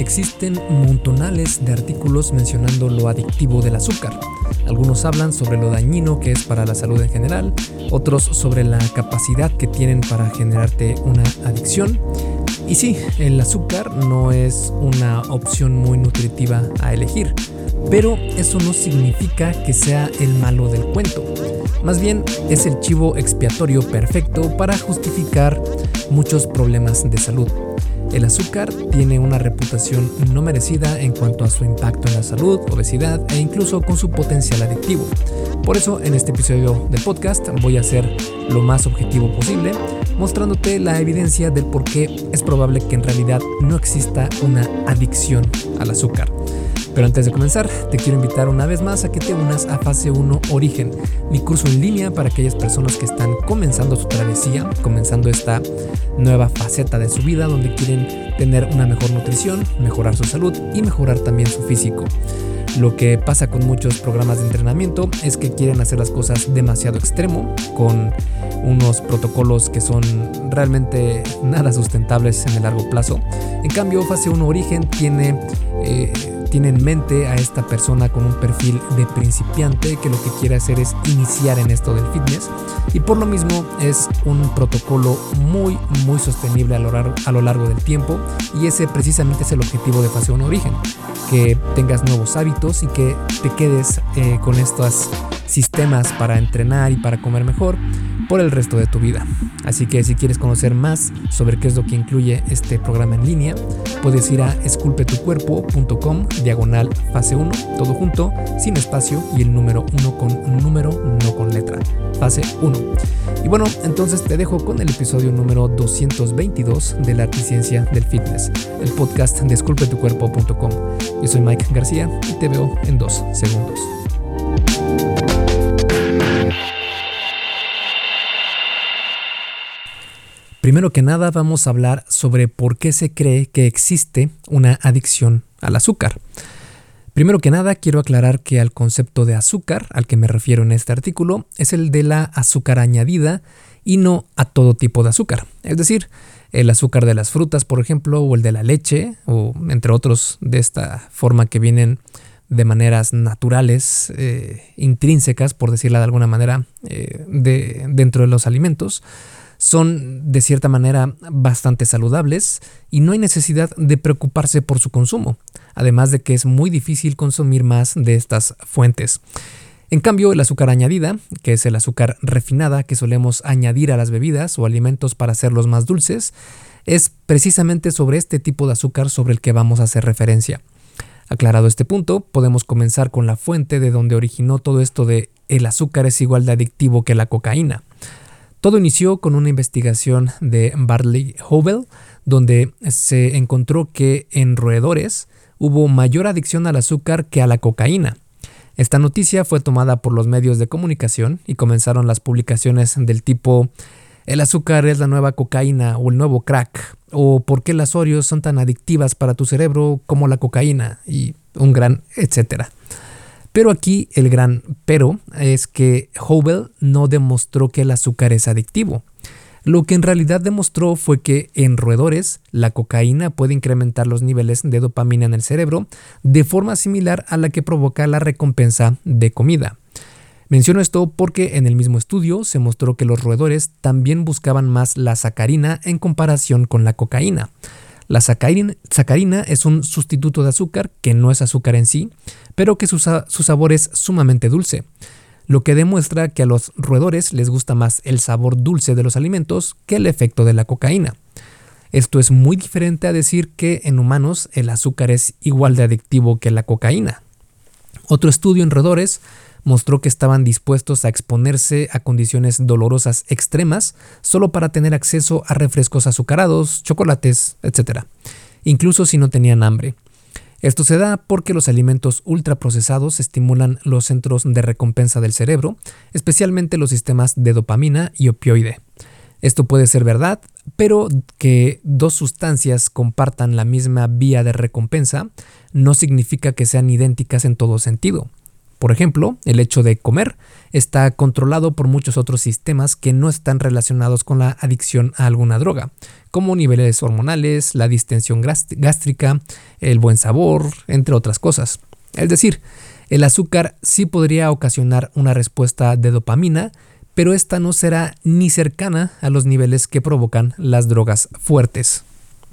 Existen montonales de artículos mencionando lo adictivo del azúcar. Algunos hablan sobre lo dañino que es para la salud en general, otros sobre la capacidad que tienen para generarte una adicción. Y sí, el azúcar no es una opción muy nutritiva a elegir, pero eso no significa que sea el malo del cuento. Más bien es el chivo expiatorio perfecto para justificar muchos problemas de salud. El azúcar tiene una reputación no merecida en cuanto a su impacto en la salud, obesidad e incluso con su potencial adictivo. Por eso en este episodio del podcast voy a ser lo más objetivo posible, mostrándote la evidencia del por qué es probable que en realidad no exista una adicción al azúcar. Pero antes de comenzar, te quiero invitar una vez más a que te unas a Fase 1 Origen, mi curso en línea para aquellas personas que están comenzando su travesía, comenzando esta nueva faceta de su vida donde quieren tener una mejor nutrición, mejorar su salud y mejorar también su físico. Lo que pasa con muchos programas de entrenamiento es que quieren hacer las cosas demasiado extremo, con unos protocolos que son realmente nada sustentables en el largo plazo. En cambio, Fase 1 Origen tiene en mente a esta persona con un perfil de principiante que lo que quiere hacer es iniciar en esto del fitness, y por lo mismo es un protocolo muy sostenible a lo largo del tiempo, y ese precisamente es el objetivo de Fase 1 Origen, que tengas nuevos hábitos y que te quedes con estos sistemas para entrenar y para comer mejor por el resto de tu vida. Así que si quieres conocer más sobre qué es lo que incluye este programa en línea, puedes ir a esculpetucuerpo.com/fase 1, todo junto, sin espacio, y el número 1 con número, no con letra, Fase 1. Y bueno, entonces te dejo con el episodio número 222 de La Arte y Ciencia del Fitness, el podcast de esculpetucuerpo.com. Yo soy Mike García y te veo en 2 segundos. Primero que nada, vamos a hablar sobre por qué se cree que existe una adicción al azúcar. Primero que nada, quiero aclarar que al concepto de azúcar al que me refiero en este artículo es el de la azúcar añadida y no a todo tipo de azúcar. Es decir, el azúcar de las frutas, por ejemplo, o el de la leche, o entre otros de esta forma que vienen de maneras naturales, intrínsecas, por decirla de alguna manera, dentro de los alimentos. Son de cierta manera bastante saludables y no hay necesidad de preocuparse por su consumo, además de que es muy difícil consumir más de estas fuentes. En cambio, el azúcar añadida, que es el azúcar refinada que solemos añadir a las bebidas o alimentos para hacerlos más dulces, es precisamente sobre este tipo de azúcar sobre el que vamos a hacer referencia. Aclarado este punto, podemos comenzar con la fuente de donde originó todo esto de el azúcar es igual de adictivo que la cocaína. Todo inició con una investigación de Bartley Howell, donde se encontró que en roedores hubo mayor adicción al azúcar que a la cocaína. Esta noticia fue tomada por los medios de comunicación y comenzaron las publicaciones del tipo «El azúcar es la nueva cocaína» o «El nuevo crack» o «¿Por qué las Oreos son tan adictivas para tu cerebro como la cocaína?» y un gran etcétera. Pero aquí el gran pero es que Howell no demostró que el azúcar es adictivo. Lo que en realidad demostró fue que en roedores la cocaína puede incrementar los niveles de dopamina en el cerebro de forma similar a la que provoca la recompensa de comida. Menciono esto porque en el mismo estudio se mostró que los roedores también buscaban más la sacarina en comparación con la cocaína. La sacarina es un sustituto de azúcar que no es azúcar en sí, pero que su sabor es sumamente dulce, lo que demuestra que a los roedores les gusta más el sabor dulce de los alimentos que el efecto de la cocaína. Esto es muy diferente a decir que en humanos el azúcar es igual de adictivo que la cocaína. Otro estudio en roedores mostró que estaban dispuestos a exponerse a condiciones dolorosas extremas solo para tener acceso a refrescos azucarados, chocolates, etc., incluso si no tenían hambre. Esto se da porque los alimentos ultraprocesados estimulan los centros de recompensa del cerebro, especialmente los sistemas de dopamina y opioide. Esto puede ser verdad, pero que dos sustancias compartan la misma vía de recompensa no significa que sean idénticas en todo sentido. Por ejemplo, el hecho de comer está controlado por muchos otros sistemas que no están relacionados con la adicción a alguna droga, como niveles hormonales, la distensión gástrica, el buen sabor, entre otras cosas. Es decir, el azúcar sí podría ocasionar una respuesta de dopamina, pero esta no será ni cercana a los niveles que provocan las drogas fuertes.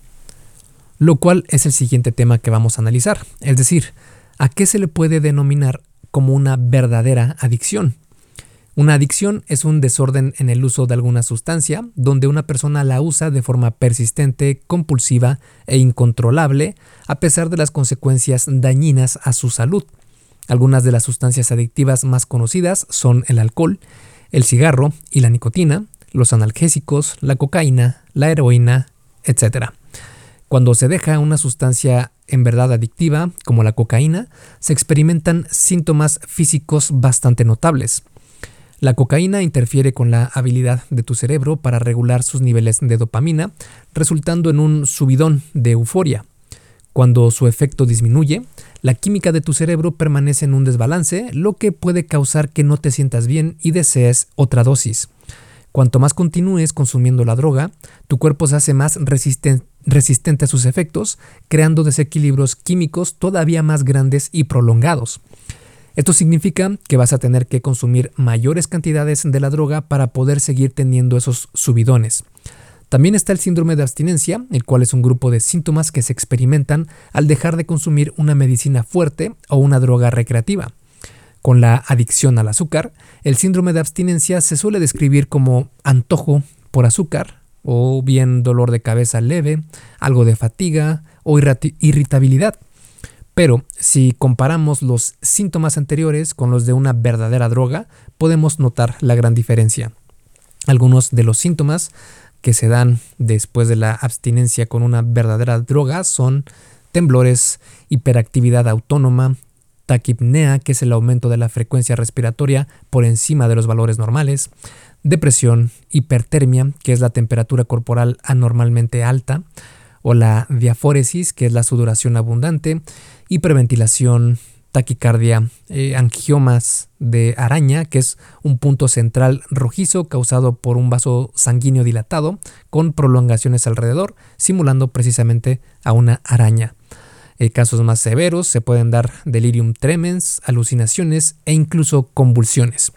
Lo cual es el siguiente tema que vamos a analizar, es decir, ¿a qué se le puede denominar como una verdadera adicción? Una adicción es un desorden en el uso de alguna sustancia donde una persona la usa de forma persistente, compulsiva e incontrolable a pesar de las consecuencias dañinas a su salud. Algunas de las sustancias adictivas más conocidas son el alcohol, el cigarro y la nicotina, los analgésicos, la cocaína, la heroína, etc. Cuando se deja una sustancia en verdad adictiva, como la cocaína, se experimentan síntomas físicos bastante notables. La cocaína interfiere con la habilidad de tu cerebro para regular sus niveles de dopamina, resultando en un subidón de euforia. Cuando su efecto disminuye, la química de tu cerebro permanece en un desbalance, lo que puede causar que no te sientas bien y desees otra dosis. Cuanto más continúes consumiendo la droga, tu cuerpo se hace más resistente a sus efectos, creando desequilibrios químicos todavía más grandes y prolongados. Esto significa que vas a tener que consumir mayores cantidades de la droga para poder seguir teniendo esos subidones. También está el síndrome de abstinencia, el cual es un grupo de síntomas que se experimentan al dejar de consumir una medicina fuerte o una droga recreativa. Con la adicción al azúcar, el síndrome de abstinencia se suele describir como antojo por azúcar, o bien dolor de cabeza leve, algo de fatiga o irritabilidad. Pero si comparamos los síntomas anteriores con los de una verdadera droga, podemos notar la gran diferencia. Algunos de los síntomas que se dan después de la abstinencia con una verdadera droga son temblores, hiperactividad autónoma, taquipnea, que es el aumento de la frecuencia respiratoria por encima de los valores normales, depresión, hipertermia, que es la temperatura corporal anormalmente alta, o la diaforesis, que es la sudoración abundante, hiperventilación, taquicardia, angiomas de araña, que es un punto central rojizo causado por un vaso sanguíneo dilatado con prolongaciones alrededor, simulando precisamente a una araña. Casos más severos se pueden dar delirium tremens, alucinaciones e incluso convulsiones.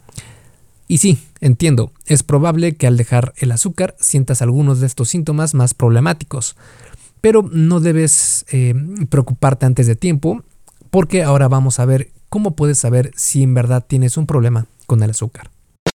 Y sí, entiendo, es probable que al dejar el azúcar sientas algunos de estos síntomas más problemáticos, pero no debes preocuparte antes de tiempo, porque ahora vamos a ver cómo puedes saber si en verdad tienes un problema con el azúcar.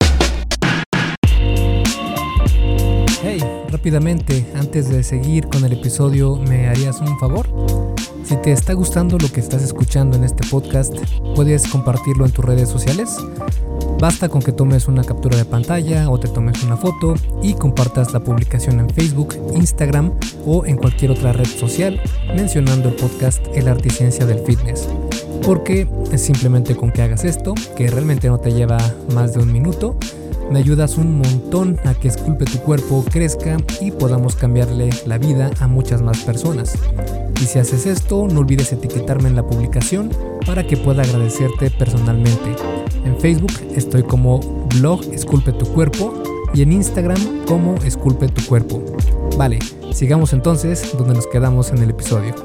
Hey, rápidamente, antes de seguir con el episodio, ¿me harías un favor? Si te está gustando lo que estás escuchando en este podcast, ¿puedes compartirlo en tus redes sociales? Basta con que tomes una captura de pantalla o te tomes una foto y compartas la publicación en Facebook, Instagram o en cualquier otra red social mencionando el podcast El Arte y Ciencia del Fitness. Porque simplemente con que hagas esto, que realmente no te lleva más de un minuto, me ayudas un montón a que Esculpe tu Cuerpo crezca y podamos cambiarle la vida a muchas más personas. Y si haces esto, no olvides etiquetarme en la publicación para que pueda agradecerte personalmente. En Facebook estoy como blog Esculpe tu Cuerpo y en Instagram como Esculpe tu Cuerpo. Vale, sigamos entonces donde nos quedamos en el episodio.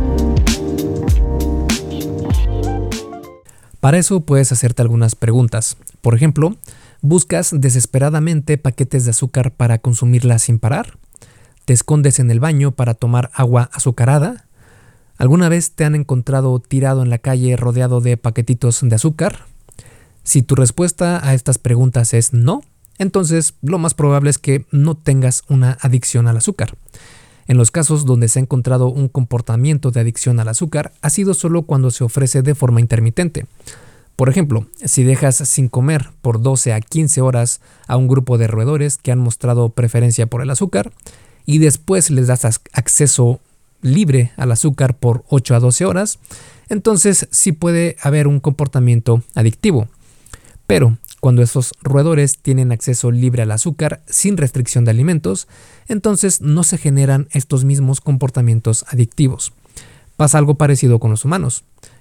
Para eso puedes hacerte algunas preguntas. Por ejemplo, ¿buscas desesperadamente paquetes de azúcar para consumirla sin parar? ¿Te escondes en el baño para tomar agua azucarada? ¿Alguna vez te han encontrado tirado en la calle rodeado de paquetitos de azúcar? Si tu respuesta a estas preguntas es no, entonces lo más probable es que no tengas una adicción al azúcar. En los casos donde se ha encontrado un comportamiento de adicción al azúcar, ha sido solo cuando se ofrece de forma intermitente. Por ejemplo, si dejas sin comer por 12 a 15 horas a un grupo de roedores que han mostrado preferencia por el azúcar y después les das acceso libre al azúcar por 8 a 12 horas, entonces sí puede haber un comportamiento adictivo. Pero cuando esos roedores tienen acceso libre al azúcar sin restricción de alimentos, entonces no se generan estos mismos comportamientos adictivos. Pasa algo parecido con los humanos.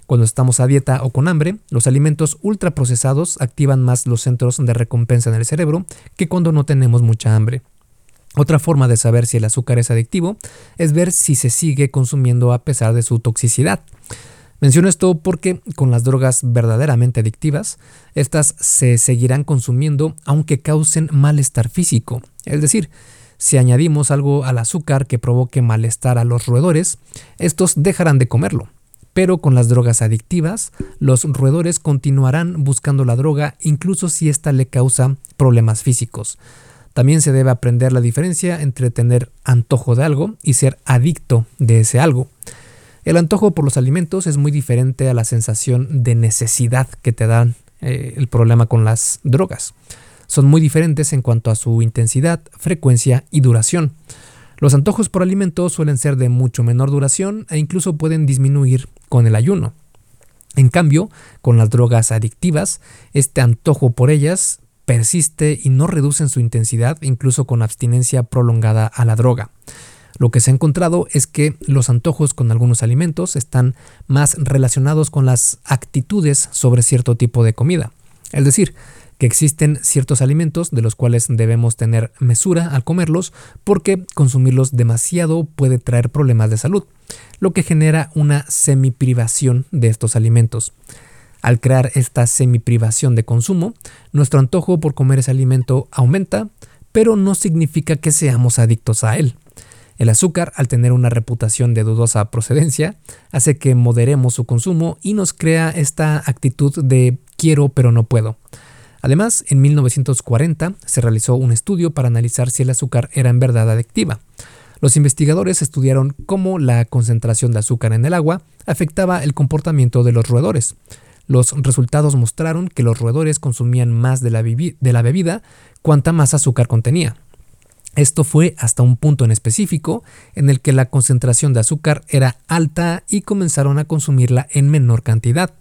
Cuando estamos a dieta o con hambre, los alimentos ultraprocesados activan más los centros de recompensa en el cerebro que cuando no tenemos mucha hambre. Otra forma de saber si el azúcar es adictivo es ver si se sigue consumiendo a pesar de su toxicidad. Menciono esto porque con las drogas verdaderamente adictivas, estas se seguirán consumiendo aunque causen malestar físico. Es decir, si añadimos algo al azúcar que provoque malestar a los roedores, estos dejarán de comerlo. Pero con las drogas adictivas, los roedores continuarán buscando la droga incluso si ésta le causa problemas físicos. También se debe aprender la diferencia entre tener antojo de algo y ser adicto de ese algo. El antojo por los alimentos es muy diferente a la sensación de necesidad que te dan el problema con las drogas. Son muy diferentes en cuanto a su intensidad, frecuencia y duración. Los antojos por alimentos suelen ser de mucho menor duración e incluso pueden disminuir con el ayuno. En cambio, con las drogas adictivas, este antojo por ellas persiste y no reduce en su intensidad, incluso con abstinencia prolongada a la droga. Lo que se ha encontrado es que los antojos con algunos alimentos están más relacionados con las actitudes sobre cierto tipo de comida. Es decir, que existen ciertos alimentos de los cuales debemos tener mesura al comerlos porque consumirlos demasiado puede traer problemas de salud, lo que genera una semiprivación de estos alimentos. Al crear esta semiprivación de consumo, nuestro antojo por comer ese alimento aumenta, pero no significa que seamos adictos a él. El azúcar, al tener una reputación de dudosa procedencia, hace que moderemos su consumo y nos crea esta actitud de quiero pero no puedo. Además, en 1940 se realizó un estudio para analizar si el azúcar era en verdad adictiva. Los investigadores estudiaron cómo la concentración de azúcar en el agua afectaba el comportamiento de los roedores. Los resultados mostraron que los roedores consumían más de la bebida cuanta más azúcar contenía. Esto fue hasta un punto en específico en el que la concentración de azúcar era alta y comenzaron a consumirla en menor cantidad.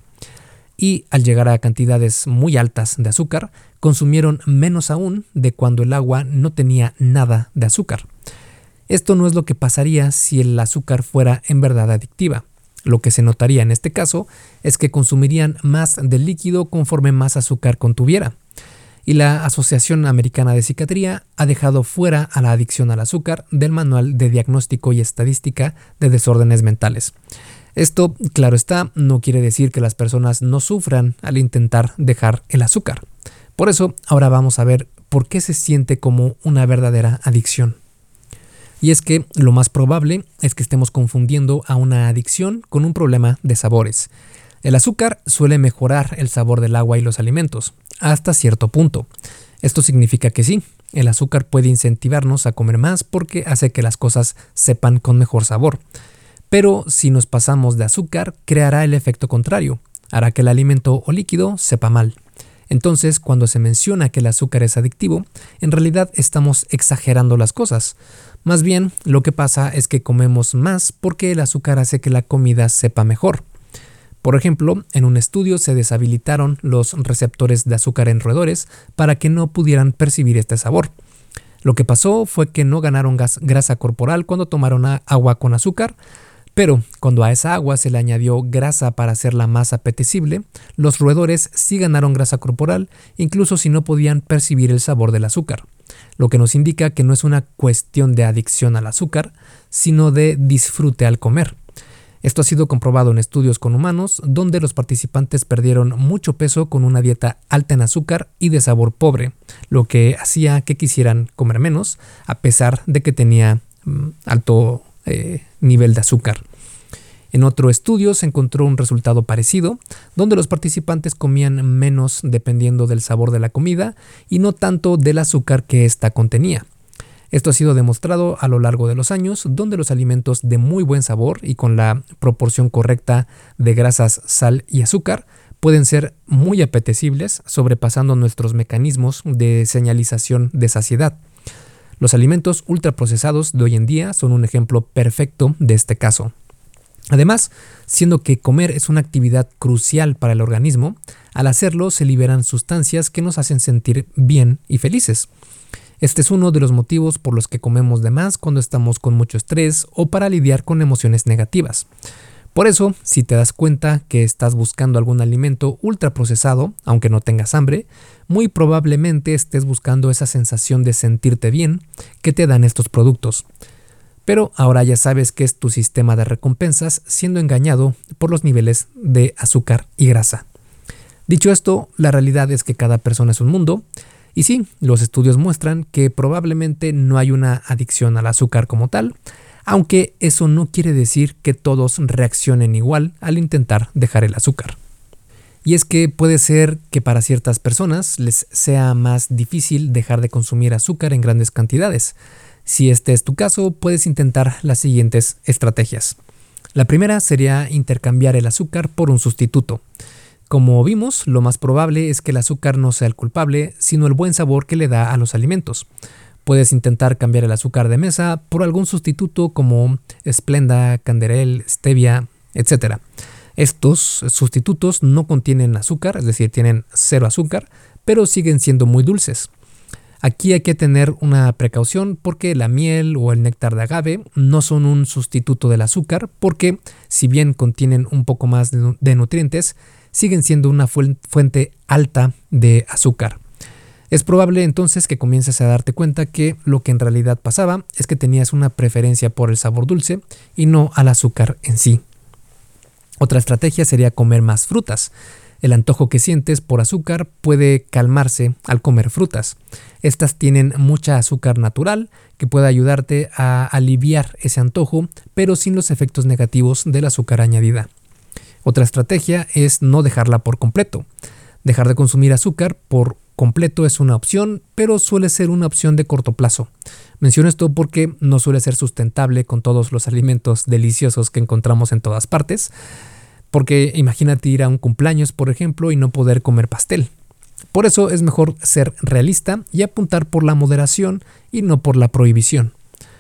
Y al llegar a cantidades muy altas de azúcar, consumieron menos aún de cuando el agua no tenía nada de azúcar. Esto no es lo que pasaría si el azúcar fuera en verdad adictiva. Lo que se notaría en este caso es que consumirían más del líquido conforme más azúcar contuviera. Y la Asociación Americana de Psiquiatría ha dejado fuera a la adicción al azúcar del Manual de Diagnóstico y Estadística de Desórdenes Mentales. Esto, claro está, no quiere decir que las personas no sufran al intentar dejar el azúcar. Por eso, ahora vamos a ver por qué se siente como una verdadera adicción. Y es que lo más probable es que estemos confundiendo a una adicción con un problema de sabores. El azúcar suele mejorar el sabor del agua y los alimentos, hasta cierto punto. Esto significa que sí, el azúcar puede incentivarnos a comer más porque hace que las cosas sepan con mejor sabor. Pero si nos pasamos de azúcar, creará el efecto contrario, hará que el alimento o líquido sepa mal. Entonces, cuando se menciona que el azúcar es adictivo, en realidad estamos exagerando las cosas. Más bien, lo que pasa es que comemos más porque el azúcar hace que la comida sepa mejor. Por ejemplo, en un estudio se deshabilitaron los receptores de azúcar en roedores para que no pudieran percibir este sabor. Lo que pasó fue que no ganaron grasa corporal cuando tomaron agua con azúcar, pero cuando a esa agua se le añadió grasa para hacerla más apetecible, los roedores sí ganaron grasa corporal, incluso si no podían percibir el sabor del azúcar, lo que nos indica que no es una cuestión de adicción al azúcar, sino de disfrute al comer. Esto ha sido comprobado en estudios con humanos, donde los participantes perdieron mucho peso con una dieta alta en azúcar y de sabor pobre, lo que hacía que quisieran comer menos, a pesar de que tenía alto nivel de azúcar. En otro estudio se encontró un resultado parecido, donde los participantes comían menos dependiendo del sabor de la comida y no tanto del azúcar que ésta contenía. Esto ha sido demostrado a lo largo de los años, donde los alimentos de muy buen sabor y con la proporción correcta de grasas, sal y azúcar pueden ser muy apetecibles, sobrepasando nuestros mecanismos de señalización de saciedad. Los alimentos ultraprocesados de hoy en día son un ejemplo perfecto de este caso. Además, siendo que comer es una actividad crucial para el organismo, al hacerlo se liberan sustancias que nos hacen sentir bien y felices. Este es uno de los motivos por los que comemos de más cuando estamos con mucho estrés o para lidiar con emociones negativas. Por eso, si te das cuenta que estás buscando algún alimento ultraprocesado, aunque no tengas hambre, muy probablemente estés buscando esa sensación de sentirte bien que te dan estos productos. Pero ahora ya sabes que es tu sistema de recompensas siendo engañado por los niveles de azúcar y grasa. Dicho esto, la realidad es que cada persona es un mundo, y sí, los estudios muestran que probablemente no hay una adicción al azúcar como tal, aunque eso no quiere decir que todos reaccionen igual al intentar dejar el azúcar. Y es que puede ser que para ciertas personas les sea más difícil dejar de consumir azúcar en grandes cantidades. Si este es tu caso, puedes intentar las siguientes estrategias. La primera sería intercambiar el azúcar por un sustituto. Como vimos, lo más probable es que el azúcar no sea el culpable, sino el buen sabor que le da a los alimentos. Puedes intentar cambiar el azúcar de mesa por algún sustituto como Splenda, Canderel, Stevia, etc. Estos sustitutos no contienen azúcar, es decir, tienen cero azúcar, pero siguen siendo muy dulces. Aquí hay que tener una precaución porque la miel o el néctar de agave no son un sustituto del azúcar porque, si bien contienen un poco más de nutrientes, siguen siendo una fuente alta de azúcar. Es probable entonces que comiences a darte cuenta que lo que en realidad pasaba es que tenías una preferencia por el sabor dulce y no al azúcar en sí. Otra estrategia sería comer más frutas. El antojo que sientes por azúcar puede calmarse al comer frutas. Estas tienen mucha azúcar natural que puede ayudarte a aliviar ese antojo, pero sin los efectos negativos del azúcar añadida. Otra estrategia es no dejarla por completo. Dejar de consumir azúcar por completo es una opción, pero suele ser una opción de corto plazo. Menciono esto porque no suele ser sustentable con todos los alimentos deliciosos que encontramos en todas partes, porque imagínate ir a un cumpleaños, por ejemplo, y no poder comer pastel. Por eso es mejor ser realista y apuntar por la moderación y no por la prohibición.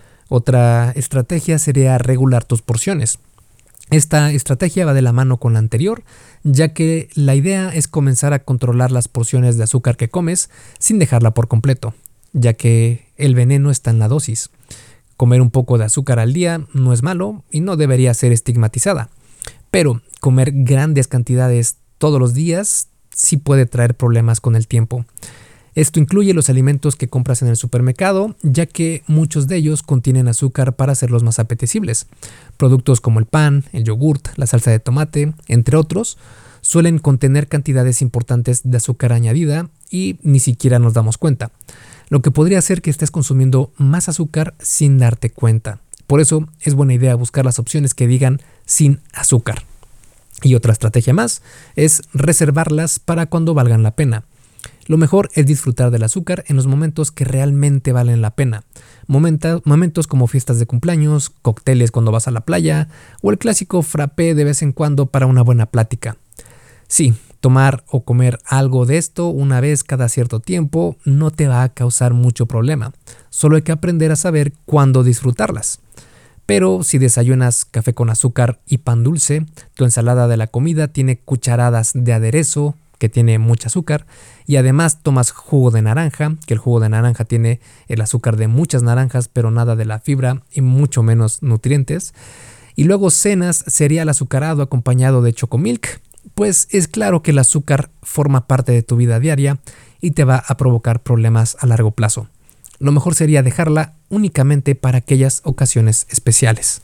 Otra estrategia sería regular tus porciones. Esta estrategia va de la mano con la anterior, ya que la idea es comenzar a controlar las porciones de azúcar que comes sin dejarla por completo, ya que el veneno está en la dosis. Comer un poco de azúcar al día no es malo y no debería ser estigmatizada, pero comer grandes cantidades todos los días sí puede traer problemas con el tiempo. Esto incluye los alimentos que compras en el supermercado, ya que muchos de ellos contienen azúcar para hacerlos más apetecibles. Productos como el pan, el yogurt, la salsa de tomate, entre otros, suelen contener cantidades importantes de azúcar añadida y ni siquiera nos damos cuenta, lo que podría hacer que estés consumiendo más azúcar sin darte cuenta. Por eso es buena idea buscar las opciones que digan sin azúcar. Y otra estrategia más es reservarlas para cuando valgan la pena. Lo mejor es disfrutar del azúcar en los momentos que realmente valen la pena. Momentos como fiestas de cumpleaños, cócteles cuando vas a la playa o el clásico frappé de vez en cuando para una buena plática. Sí, tomar o comer algo de esto una vez cada cierto tiempo no te va a causar mucho problema. Solo hay que aprender a saber cuándo disfrutarlas. Pero si desayunas café con azúcar y pan dulce, tu ensalada de la comida tiene cucharadas de aderezo que tiene mucho azúcar, y además tomas jugo de naranja, que el jugo de naranja tiene el azúcar de muchas naranjas, pero nada de la fibra y mucho menos nutrientes, y luego cenas cereal azucarado acompañado de chocomilk, pues es claro que el azúcar forma parte de tu vida diaria y te va a provocar problemas a largo plazo. Lo mejor sería dejarla únicamente para aquellas ocasiones especiales.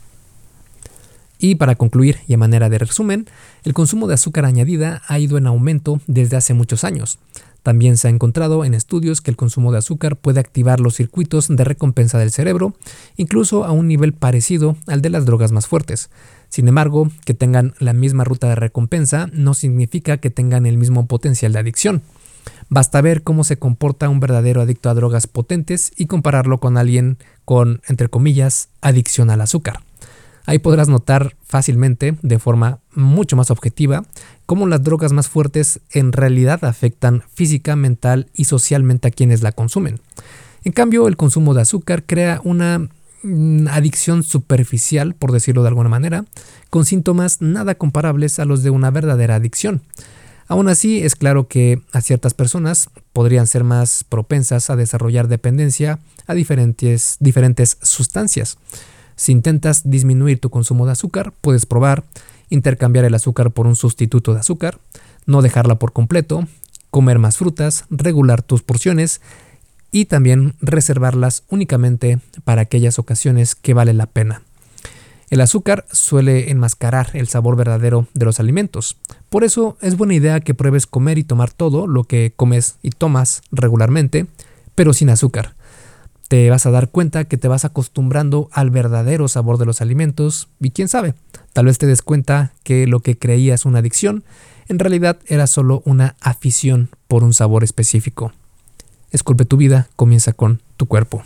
Y para concluir y a manera de resumen, el consumo de azúcar añadida ha ido en aumento desde hace muchos años. También se ha encontrado en estudios que el consumo de azúcar puede activar los circuitos de recompensa del cerebro, incluso a un nivel parecido al de las drogas más fuertes. Sin embargo, que tengan la misma ruta de recompensa no significa que tengan el mismo potencial de adicción. Basta ver cómo se comporta un verdadero adicto a drogas potentes y compararlo con alguien con, entre comillas, adicción al azúcar. Ahí podrás notar fácilmente, de forma mucho más objetiva, cómo las drogas más fuertes en realidad afectan física, mental y socialmente a quienes la consumen. En cambio, el consumo de azúcar crea una adicción superficial, por decirlo de alguna manera, con síntomas nada comparables a los de una verdadera adicción. Aún así, es claro que a ciertas personas podrían ser más propensas a desarrollar dependencia a diferentes sustancias. Si intentas disminuir tu consumo de azúcar, puedes probar intercambiar el azúcar por un sustituto de azúcar, no dejarla por completo, comer más frutas, regular tus porciones y también reservarlas únicamente para aquellas ocasiones que vale la pena. El azúcar suele enmascarar el sabor verdadero de los alimentos. Por eso es buena idea que pruebes comer y tomar todo lo que comes y tomas regularmente, pero sin azúcar. Te vas a dar cuenta que te vas acostumbrando al verdadero sabor de los alimentos y quién sabe, tal vez te des cuenta que lo que creías una adicción en realidad era solo una afición por un sabor específico. Esculpe tu vida, comienza con tu cuerpo.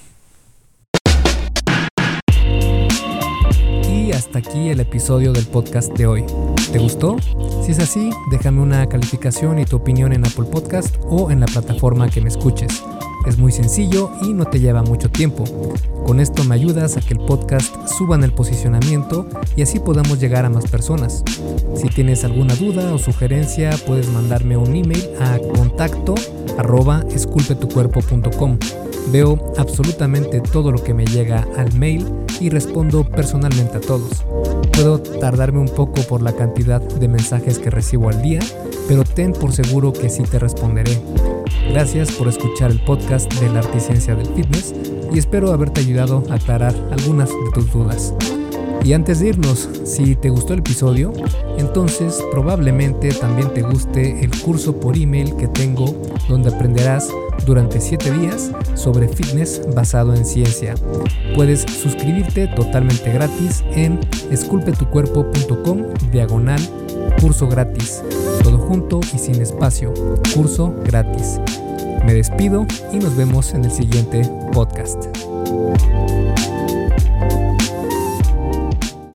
Y hasta aquí el episodio del podcast de hoy. ¿Te gustó? Si es así, déjame una calificación y tu opinión en Apple Podcast o en la plataforma que me escuches. Es muy sencillo y no te lleva mucho tiempo. Con esto me ayudas a que el podcast suba en el posicionamiento y así podamos llegar a más personas. Si tienes alguna duda o sugerencia, puedes mandarme un email a contacto@esculpetucuerpo.com. Veo absolutamente todo lo que me llega al mail y respondo personalmente a todos. Puedo tardarme un poco por la cantidad de mensajes que recibo al día, pero ten por seguro que sí te responderé. Gracias por escuchar el podcast de la Arte y Ciencia del Fitness y espero haberte ayudado a aclarar algunas de tus dudas. Y antes de irnos, si te gustó el episodio, entonces probablemente también te guste el curso por email que tengo, donde aprenderás durante 7 días sobre fitness basado en ciencia. Puedes suscribirte totalmente gratis en esculpetucuerpo.com/curso gratis. Todo junto y sin espacio. Curso gratis. Me despido y nos vemos en el siguiente podcast.